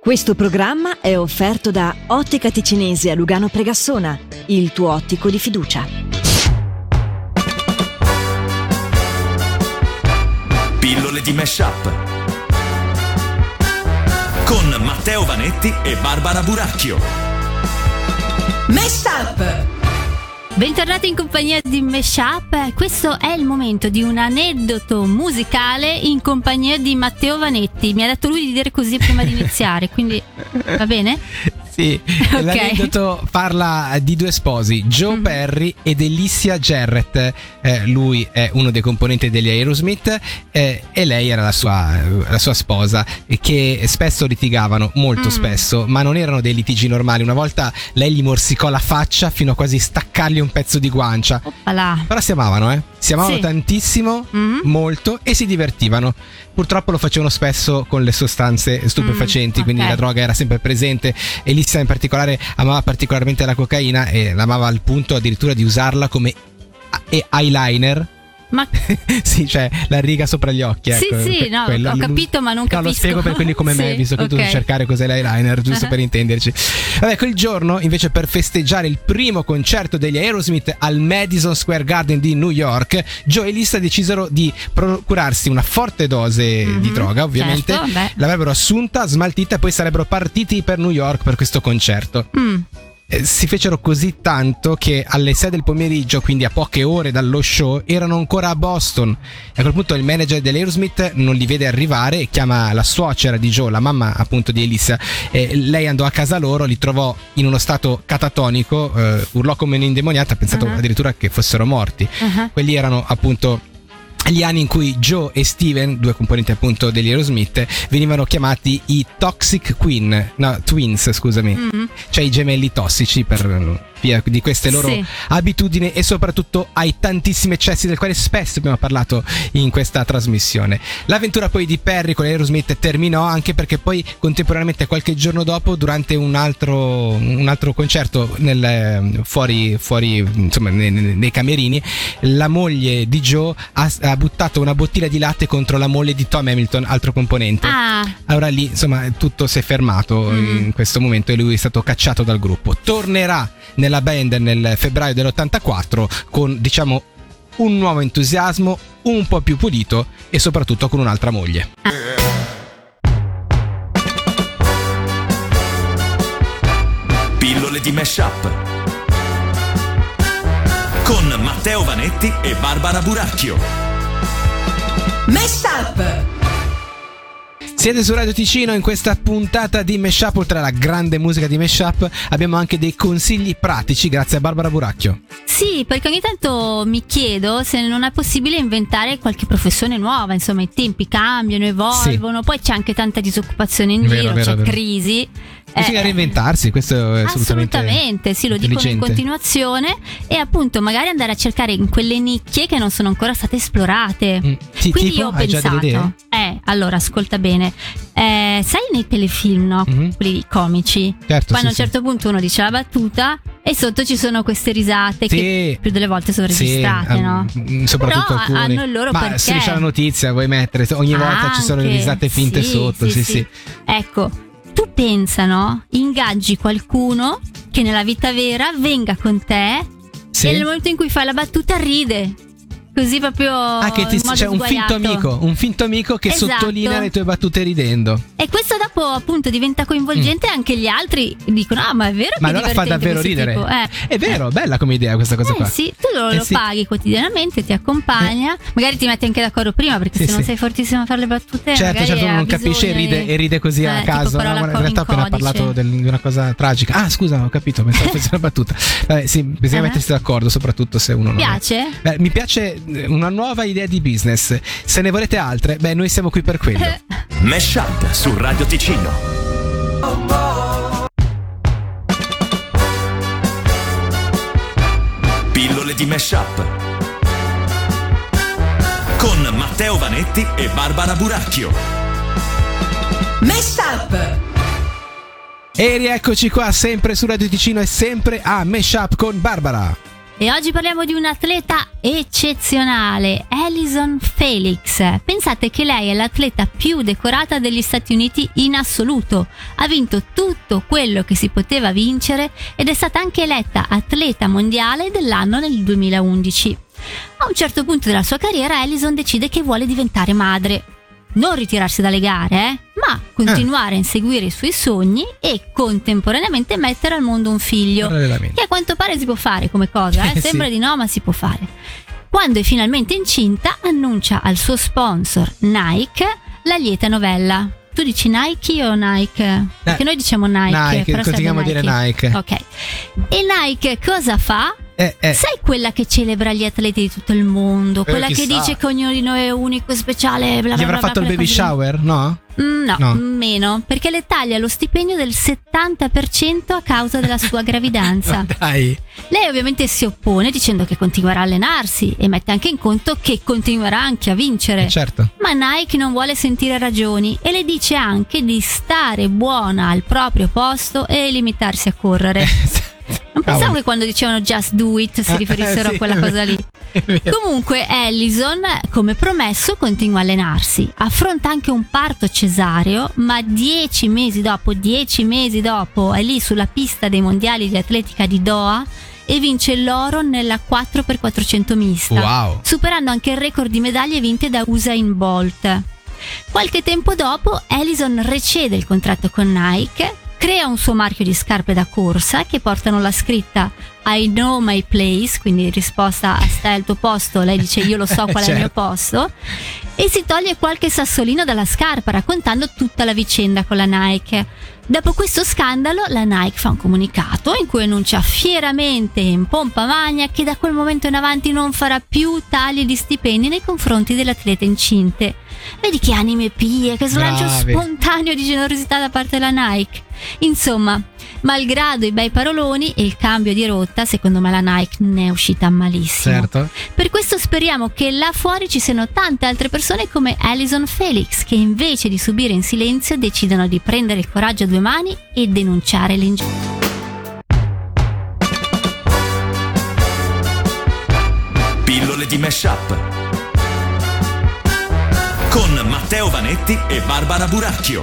Questo programma è offerto da Ottica Ticinese a Lugano Pregassona, il tuo ottico di fiducia. Pillole di Mashup con Matteo Vanetti e Barbara Buracchio. Mashup! Bentornati in compagnia di Mashup. Questo è il momento di un aneddoto musicale in compagnia di Matteo Vanetti. Mi ha detto lui di dire così prima di iniziare, quindi va bene? Sì, okay. L'aneddoto parla di due sposi, Joe Perry ed Alicia Jarrett. Lui è uno dei componenti degli Aerosmith e lei era la sua sposa, che spesso litigavano, molto spesso, ma non erano dei litigi normali. Una volta lei gli morsicò la faccia fino a quasi staccargli un pezzo di guancia. Oppala. Però si amavano, si amavano sì. tantissimo, molto, e si divertivano. Purtroppo lo facevano spesso con le sostanze stupefacenti, quindi la droga era sempre presente. Elissa in particolare amava particolarmente la cocaina e l'amava al punto addirittura di usarla come eyeliner. Ma sì, cioè la riga sopra gli occhi. Ecco, sì, no, ho capito, ma non capisco. No, lo spiego per quelli come me, visto che tu devi cercare cos'è l'eyeliner, giusto per intenderci. Vabbè, quel giorno, invece, per festeggiare il primo concerto degli Aerosmith al Madison Square Garden di New York, Joe e Lisa decisero di procurarsi una forte dose di droga, ovviamente. Certo, l'avrebbero assunta, smaltita, e poi sarebbero partiti per New York per questo concerto. Si fecero così tanto che alle 6 del pomeriggio, quindi a poche ore dallo show, erano ancora a Boston. E a quel punto il manager dell'Aerosmith non li vede arrivare e chiama la suocera di Joe, la mamma appunto di Elissa. Lei andò a casa loro, li trovò in uno stato catatonico, urlò come un'indemoniata, ha pensato addirittura che fossero morti. Quelli erano appunto gli anni in cui Joe e Steven, due componenti appunto degli Aerosmith, venivano chiamati i Toxic Twins, scusami, cioè i gemelli tossici, per via di queste loro abitudini e soprattutto ai tantissimi eccessi del quale spesso abbiamo parlato in questa trasmissione. L'avventura poi di Perry con Aerosmith terminò, anche perché poi contemporaneamente, qualche giorno dopo, durante un altro concerto fuori insomma nei camerini, la moglie di Joe ha buttato una bottiglia di latte contro la moglie di Tom Hamilton, altro componente. Allora lì insomma tutto si è fermato in questo momento e lui è stato cacciato dal gruppo. Tornerà nella band nel febbraio dell'84 con, diciamo, un nuovo entusiasmo, un po' più pulito e soprattutto con un'altra moglie. Pillole di Mashup con Matteo Vanetti e Barbara Buracchio. Mashup! Siete su Radio Ticino in questa puntata di Mashup. Oltre alla grande musica di Mashup abbiamo anche dei consigli pratici grazie a Barbara Buracchio. Sì, perché ogni tanto mi chiedo se non è possibile inventare qualche professione nuova. Insomma, i tempi cambiano, evolvono, poi c'è anche tanta disoccupazione in giro, c'è crisi. Bisogna reinventarsi, questo è assolutamente sì, lo dicono in continuazione, e appunto magari andare a cercare in quelle nicchie che non sono ancora state esplorate. Quindi tipo, io ho pensato, allora ascolta bene, sai nei telefilm, no? Quelli comici, certo, quando a un certo punto uno dice la battuta e sotto ci sono queste risate che più delle volte sono registrate, no? Soprattutto però alcuni. hanno il loro perché. Striscia la notizia, vuoi mettere ogni volta ci sono le risate finte sotto. Sì. Ecco, tu pensa, no? Ingaggi qualcuno che nella vita vera venga con te e nel momento in cui fai la battuta ride. Così proprio c'è un finto amico che sottolinea le tue battute ridendo. E questo dopo appunto diventa coinvolgente, anche gli altri dicono ma è vero, ma allora fa davvero ridere. È vero, bella come idea questa cosa qua. Sì, tu lo paghi quotidianamente, ti accompagna, magari ti metti anche d'accordo prima, perché se non sei fortissimo a fare le battute certo non capisce e ride così a caso. In realtà ho appena parlato di una cosa tragica. Scusa, ho capito, pensavo fosse una battuta. Bisogna mettersi d'accordo, soprattutto se uno non piace? Mi piace una nuova idea di business. Se ne volete altre, noi siamo qui per quello. Mashup su Radio Ticino. Pillole di Mashup con Matteo Vanetti e Barbara Buracchio. Mashup! E rieccoci qua sempre su Radio Ticino e sempre a Mashup con Barbara. E oggi parliamo di un'atleta eccezionale, Allyson Felix. Pensate che lei è l'atleta più decorata degli Stati Uniti in assoluto. Ha vinto tutto quello che si poteva vincere ed è stata anche eletta atleta mondiale dell'anno nel 2011. A un certo punto della sua carriera Allyson decide che vuole diventare madre. Non ritirarsi dalle gare, ma continuare a inseguire i suoi sogni e contemporaneamente mettere al mondo un figlio, che a quanto pare si può fare come cosa, sembra sì. di no, ma si può fare. Quando è finalmente incinta, annuncia al suo sponsor Nike la lieta novella. Tu dici Nike o Nike? Perché noi diciamo Nike, però continuiamo a dire Nike. Ok. E Nike cosa fa? Sai quella che celebra gli atleti di tutto il mondo? Quella che dice che ognuno di noi è unico e speciale, bla bla bla. Gli avrà fatto il baby shower, no? No, meno, perché le taglia lo stipendio del 70% a causa della sua gravidanza. Dai. Lei ovviamente si oppone dicendo che continuerà a allenarsi e mette anche in conto che continuerà anche a vincere. Certo. Ma Nike non vuole sentire ragioni e le dice anche di stare buona al proprio posto e limitarsi a correre. Non pensavo che quando dicevano just do it si riferissero sì, a quella cosa lì. Comunque Allyson, come promesso, continua a allenarsi. Affronta anche un parto cesareo, ma 10 mesi dopo è lì sulla pista dei mondiali di atletica di Doha e vince l'oro nella 4x400 mista, wow, superando anche il record di medaglie vinte da Usain Bolt. Qualche tempo dopo Allyson recede il contratto con Nike, crea un suo marchio di scarpe da corsa che portano la scritta I know my place, quindi in risposta a stai al tuo posto, lei dice io lo so qual è il mio posto, e si toglie qualche sassolino dalla scarpa raccontando tutta la vicenda con la Nike. Dopo questo scandalo la Nike fa un comunicato in cui annuncia fieramente in pompa magna che da quel momento in avanti non farà più tagli di stipendi nei confronti delle atlete incinte. Vedi che anime pie, che slancio spontaneo di generosità da parte della Nike. Insomma, malgrado i bei paroloni e il cambio di rotta, secondo me la Nike ne è uscita malissimo. Certo. Per questo speriamo che là fuori ci siano tante altre persone come Allyson Felix che invece di subire in silenzio decidono di prendere il coraggio a due mani e denunciare l'ingiustizia. Pillole di Mashup con Matteo Vanetti e Barbara Buracchio.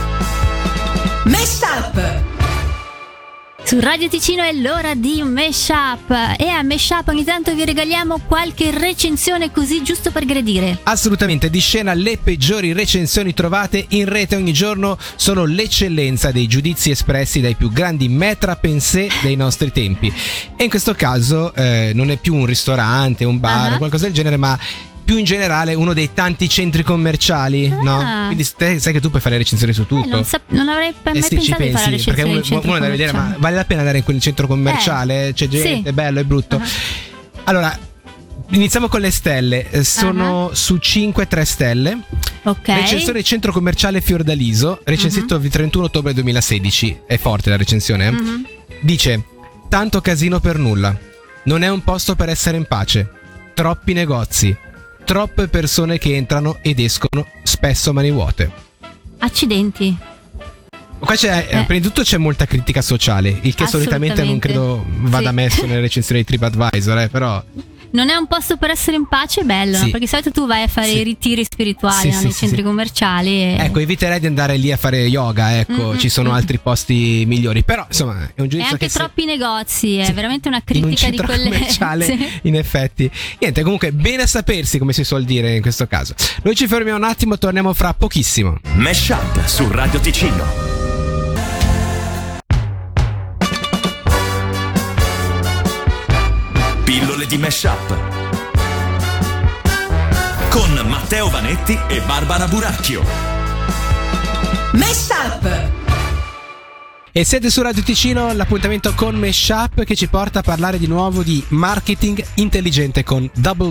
Mashup. Su Radio Ticino è l'ora di Mashup e a Mashup ogni tanto vi regaliamo qualche recensione così giusto per gradire. Assolutamente, di scena le peggiori recensioni trovate in rete ogni giorno sono l'eccellenza dei giudizi espressi dai più grandi maître à penser dei nostri tempi. E in questo caso non è più un ristorante, un bar o qualcosa del genere, ma più in generale uno dei tanti centri commerciali, no? Quindi sai che tu puoi fare recensioni su tutto. Non avrei mai pensato di fare la recensione perché uno deve vedere, ma vale la pena andare in quel centro commerciale? C'è gente, è bello, è brutto. Allora, iniziamo con le stelle. Sono su 5 3 stelle. Ok. Recensione centro commerciale Fiordaliso, recensito il 31 ottobre 2016. È forte la recensione, Dice: tanto casino per nulla. Non è un posto per essere in pace. Troppi negozi. Troppe persone che entrano ed escono, spesso mani vuote. Accidenti. Qua c'è, prima di tutto c'è molta critica sociale, il che solitamente non credo vada messo nelle recensioni di TripAdvisor, però... Non è un posto per essere in pace, bello, no? Perché di solito tu vai a fare i ritiri spirituali nei centri commerciali e... Ecco, eviterei di andare lì a fare yoga, ecco, ci sono altri posti migliori, però insomma è un giudizio che... E anche troppi negozi, è veramente una critica di quelle... commerciale, in effetti. Niente, comunque bene a sapersi, come si suol dire in questo caso. Noi ci fermiamo un attimo, torniamo fra pochissimo. Mashup su Radio Ticino. Pillole di Mashup con Matteo Vanetti e Barbara Buracchio. Mashup. E siete su Radio Ticino, l'appuntamento con Mashup che ci porta a parlare di nuovo di marketing intelligente con Double B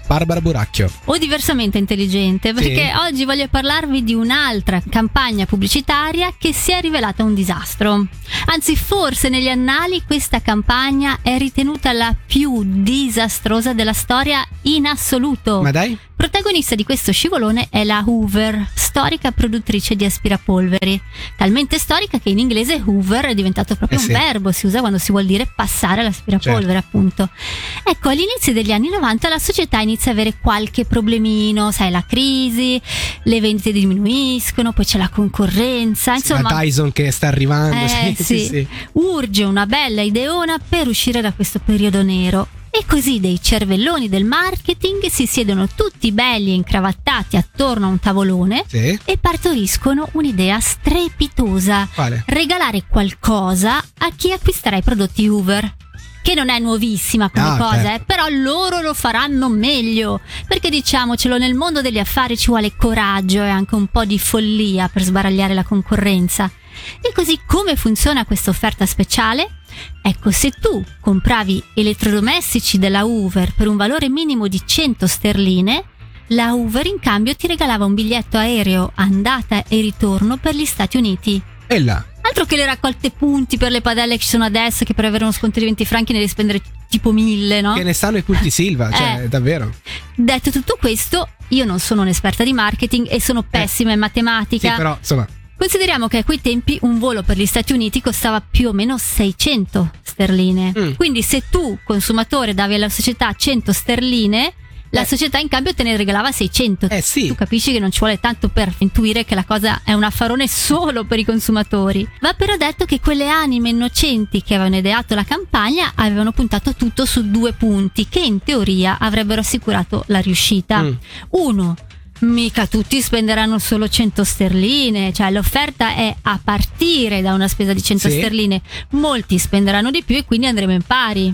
Barbara Buracchio. O diversamente intelligente, perché oggi voglio parlarvi di un'altra campagna pubblicitaria che si è rivelata un disastro. Anzi, forse negli annali questa campagna è ritenuta la più disastrosa della storia in assoluto. Ma dai? Protagonista di questo scivolone è la Hoover, storica produttrice di aspirapolveri. Talmente storica che in inglese Hoover è diventato proprio un verbo, si usa quando si vuol dire passare l'aspirapolvere, appunto. Ecco, all'inizio degli anni 90 la società inizia a avere qualche problemino, sai, la crisi, le vendite diminuiscono, poi c'è la concorrenza, insomma. La Dyson che sta arrivando. Sì. Urge una bella ideona per uscire da questo periodo nero. E così dei cervelloni del marketing si siedono tutti belli e incravattati attorno a un tavolone e partoriscono un'idea strepitosa. Quale? Regalare qualcosa a chi acquisterà i prodotti Hoover. Che non è nuovissima come cosa, però loro lo faranno meglio. Perché diciamocelo, nel mondo degli affari ci vuole coraggio e anche un po' di follia per sbaragliare la concorrenza. E così come funziona questa offerta speciale? Ecco, se tu compravi elettrodomestici della Hoover per un valore minimo di 100 sterline, la Hoover in cambio ti regalava un biglietto aereo andata e ritorno per gli Stati Uniti. E là? Altro che le raccolte punti per le padelle che ci sono adesso, che per avere uno sconto di 20 franchi ne devi spendere tipo 1000, no? Che ne sanno i culti Silva, cioè davvero. Detto tutto questo, io non sono un'esperta di marketing e sono pessima in matematica. Sì, però insomma. Consideriamo che a quei tempi un volo per gli Stati Uniti costava più o meno 600 sterline. Quindi se tu, consumatore, davi alla società 100 sterline, la società in cambio te ne regalava 600. Tu capisci che non ci vuole tanto per intuire che la cosa è un affarone solo per i consumatori. Va però detto che quelle anime innocenti che avevano ideato la campagna avevano puntato tutto su 2 punti che in teoria avrebbero assicurato la riuscita. Uno, mica tutti spenderanno solo 100 sterline, cioè l'offerta è a partire da una spesa di 100 sterline, molti spenderanno di più e quindi andremo in pari.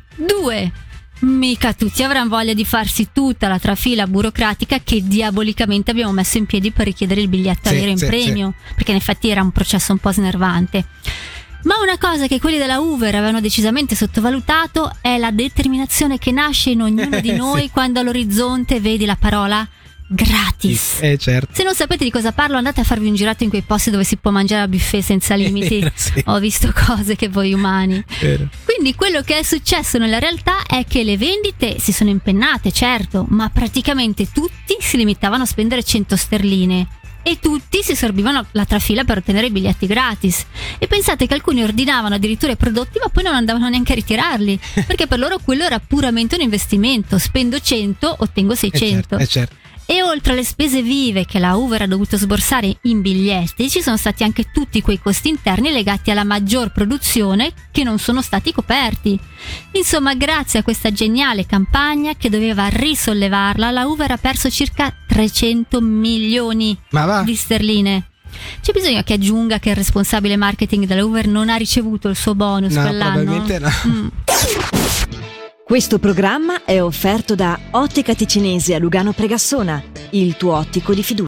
2, mica tutti avranno voglia di farsi tutta la trafila burocratica che diabolicamente abbiamo messo in piedi per richiedere il biglietto aereo in premio, perché in effetti era un processo un po' snervante. Ma una cosa che quelli della Hoover avevano decisamente sottovalutato è la determinazione che nasce in ognuno di noi quando all'orizzonte vedi la parola gratis. Certo. Se non sapete di cosa parlo, andate a farvi un girato in quei posti dove si può mangiare a buffet senza limiti. Ho visto cose che voi umani. Quindi quello che è successo nella realtà è che le vendite si sono impennate, certo, ma praticamente tutti si limitavano a spendere 100 sterline e tutti si sorbivano la trafila per ottenere i biglietti gratis. E pensate che alcuni ordinavano addirittura i prodotti ma poi non andavano neanche a ritirarli, perché per loro quello era puramente un investimento. Spendo 100, ottengo 600. Certo. E oltre alle spese vive che la Hoover ha dovuto sborsare in biglietti, ci sono stati anche tutti quei costi interni legati alla maggior produzione che non sono stati coperti. Insomma, grazie a questa geniale campagna che doveva risollevarla, la Hoover ha perso circa 300 milioni di sterline. C'è bisogno che aggiunga che il responsabile marketing della Hoover non ha ricevuto il suo bonus quell'anno? Probabilmente no. Questo programma è offerto da Ottica Ticinesi a Lugano Pregassona, il tuo ottico di fiducia.